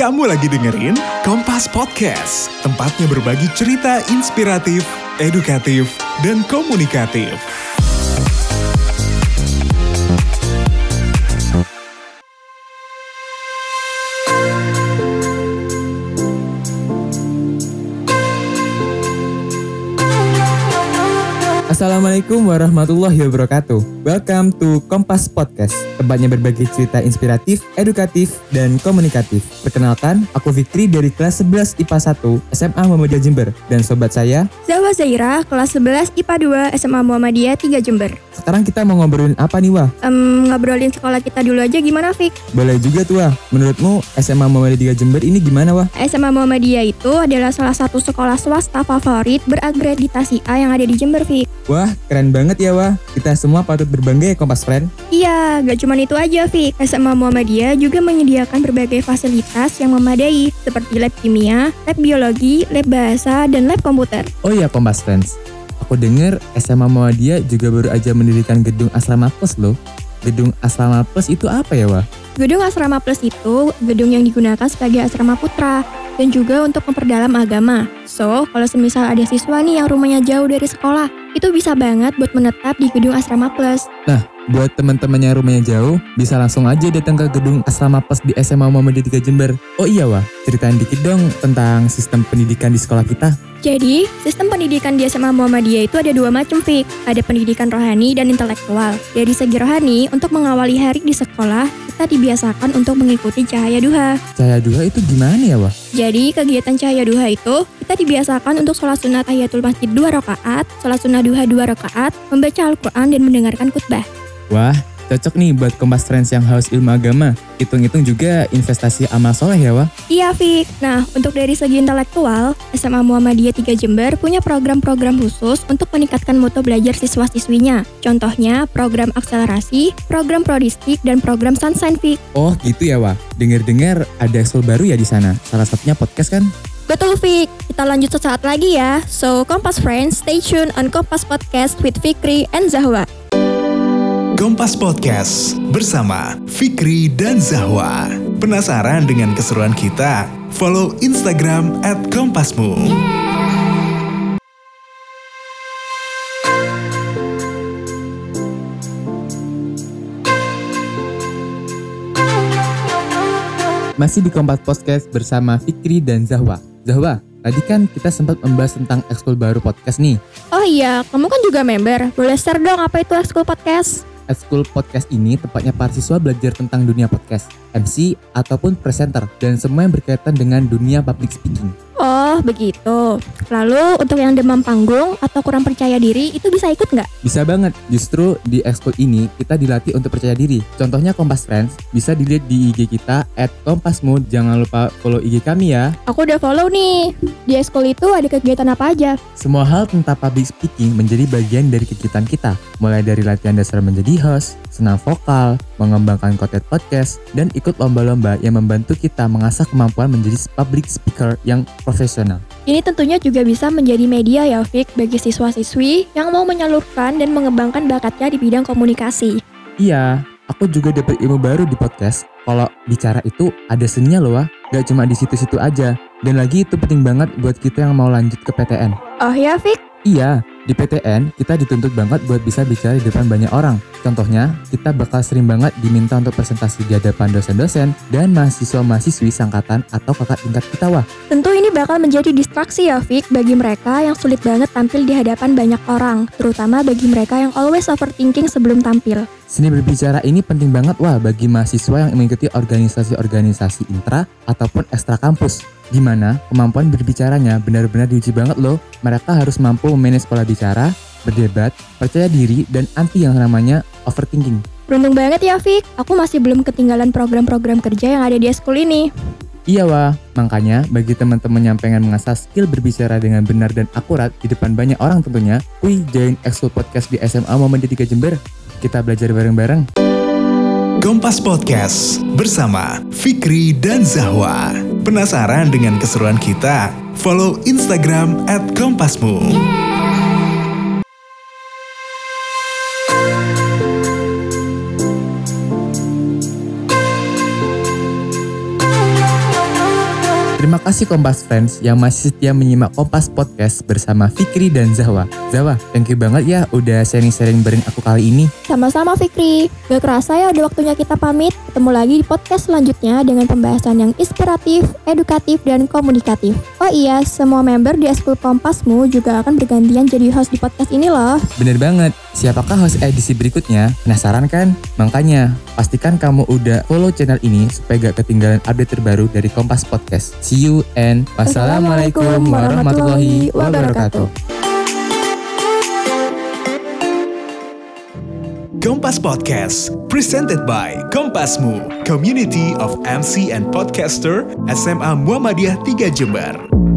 Kamu lagi dengerin Kompas Podcast, tempatnya berbagi cerita inspiratif, edukatif, dan komunikatif. Assalamualaikum warahmatullahi wabarakatuh. Welcome to Kompas Podcast, tempatnya berbagi cerita inspiratif, edukatif, dan komunikatif. Perkenalkan, aku Fikri dari kelas 11 IPA 1 SMA Muhammadiyah Jember. Dan sobat saya, Zahwa Zaira, kelas 11 IPA 2 SMA Muhammadiyah 3 Jember. sekarang kita mau ngobrolin apa nih Wah? Ngobrolin sekolah kita dulu aja gimana, Fik? Boleh juga tuh Wah. Menurutmu SMA Muhammadiyah 3 Jember ini gimana Wah? SMA Muhammadiyah itu adalah salah satu sekolah swasta favorit berakreditasi A yang ada di Jember, Fik. Wah, keren banget ya Wah. Kita semua patut berbangga ya Kompas Friend. Iya, gak cuma itu aja, Fik. SMA Muhammadiyah juga menyediakan berbagai fasilitas yang memadai, seperti lab kimia, lab biologi, lab bahasa, dan lab komputer. Oh iya Kompas Friends, aku dengar SMA Muhammadiyah juga baru aja mendirikan gedung Asrama Plus loh. Gedung Asrama Plus itu apa ya Wah? Gedung Asrama Plus itu gedung yang digunakan sebagai asrama putra dan juga untuk memperdalam agama. So, kalau semisal ada siswa nih yang rumahnya jauh dari sekolah, itu bisa banget buat menetap di gedung Asrama Plus. Nah, buat teman-teman yang rumahnya jauh, bisa langsung aja datang ke gedung Asrama Plus di SMA Muhammadiyah 3 Jember. Oh iya Wah, ceritain dikit dong tentang sistem pendidikan di sekolah kita. Jadi, sistem pendidikan di SMA Muhammadiyah itu ada dua macam, Fik. Ada pendidikan rohani dan intelektual. Dari segi rohani, untuk mengawali hari di sekolah, kita dibiasakan untuk mengikuti cahaya duha. Cahaya duha itu gimana ya Wah? Jadi, kegiatan cahaya duha itu, kita dibiasakan untuk sholat sunat tahiyatul masjid 2 rakaat, sholat sunnah duha 2 rakaat, membaca Al-Quran, dan mendengarkan khutbah. Wah, cocok nih buat Kompas Friends yang haus ilmu agama. Hitung-hitung juga investasi amal soleh ya Wah? Iya, Fik. Nah, untuk dari segi intelektual, SMA Muhammadiyah 3 Jember punya program-program khusus untuk meningkatkan mutu belajar siswa-siswinya. Contohnya, program akselerasi, program prodistik, dan program sunshine, Fik. Oh gitu ya Wah, dengar-dengar ada ekskul baru ya di sana. Salah satunya podcast kan? Betul, Fik. Kita lanjut sesaat lagi ya. So, Kompas Friends, stay tune on Kompas Podcast with Fikri and Zahwa. Kompas Podcast bersama Fikri dan Zahwa. Penasaran dengan keseruan kita? Follow Instagram @kompasmu. Masih di Kompas Podcast bersama Fikri dan Zahwa. Zahwa, tadi kan kita sempat membahas tentang ekskul baru podcast nih. Oh iya, kamu kan juga member. Boleh share dong apa itu Ekskul Podcast? Ekskul Podcast ini tempatnya para siswa belajar tentang dunia podcast, MC, ataupun presenter, dan semua yang berkaitan dengan dunia public speaking. Oh, begitu. Lalu, untuk yang demam panggung atau kurang percaya diri, itu bisa ikut nggak? Bisa banget, justru di ekskul ini kita dilatih untuk percaya diri. Contohnya Kompas Friends, bisa dilihat di IG kita @kompasmu. Jangan lupa follow IG kami ya. Aku udah follow nih. Di Ekskul itu ada kegiatan apa aja? Semua hal tentang public speaking menjadi bagian dari kegiatan kita. Mulai dari latihan dasar menjadi host, senam vokal, mengembangkan konten podcast, dan ikut lomba-lomba yang membantu kita mengasah kemampuan menjadi public speaker yang profesional. Ini tentunya juga bisa menjadi media ya, Fik, bagi siswa-siswi yang mau menyalurkan dan mengembangkan bakatnya di bidang komunikasi. Iya, aku juga dapat ilmu baru di podcast. Kalau bicara itu ada seninya loh Wah, gak cuma di situ-situ aja. Dan lagi itu penting banget buat kita yang mau lanjut ke PTN. Oh ya, Fik? Iya, di PTN kita dituntut banget buat bisa bicara di depan banyak orang. Contohnya, kita bakal sering banget diminta untuk presentasi di hadapan dosen-dosen dan mahasiswa-mahasiswi sangkatan atau kakak tingkat kita Wah. Tentu ini bakal menjadi distraksi ya, Fik, bagi mereka yang sulit banget tampil di hadapan banyak orang, terutama bagi mereka yang always overthinking sebelum tampil. Seni berbicara ini penting banget Wah bagi mahasiswa yang mengikuti organisasi-organisasi intra ataupun ekstra kampus, di mana kemampuan berbicaranya benar-benar diuji banget loh. Mereka harus mampu memanage pola bicara, berdebat, percaya diri, dan anti yang namanya overthinking. Beruntung banget ya, Fik. Aku masih belum ketinggalan program-program kerja yang ada di Ekskul ini. Iya Wah, makanya bagi teman-teman yang pengen mengasah skill berbicara dengan benar dan akurat di depan banyak orang tentunya, join Ekskul Podcast di SMA Muhammadiyah 3 Jember. Kita belajar bareng-bareng. Kompas Podcast bersama Fikri dan Zahwa. Penasaran dengan keseruan kita? Follow Instagram @kompasmu. Terima kasih Kompas Friends yang masih setia menyimak Kompas Podcast bersama Fikri dan Zahwa. Zahwa, thank you banget ya udah sharing-sharing bareng aku kali ini. Sama-sama Fikri. Gak kerasa ya udah waktunya kita pamit. Ketemu lagi di podcast selanjutnya dengan pembahasan yang inspiratif, edukatif, dan komunikatif. Oh iya, semua member di Eskul Kompasmu juga akan bergantian jadi host di podcast ini loh. Bener banget, siapakah host edisi berikutnya? Penasaran kan? Makanya, pastikan kamu udah follow channel ini supaya gak ketinggalan update terbaru dari Kompas Podcast. See you and wassalamualaikum warahmatullahi wabarakatuh. Kompas Podcast, presented by Kompasmu, Community of MC and Podcaster SMA Muhammadiyah 3 Jember.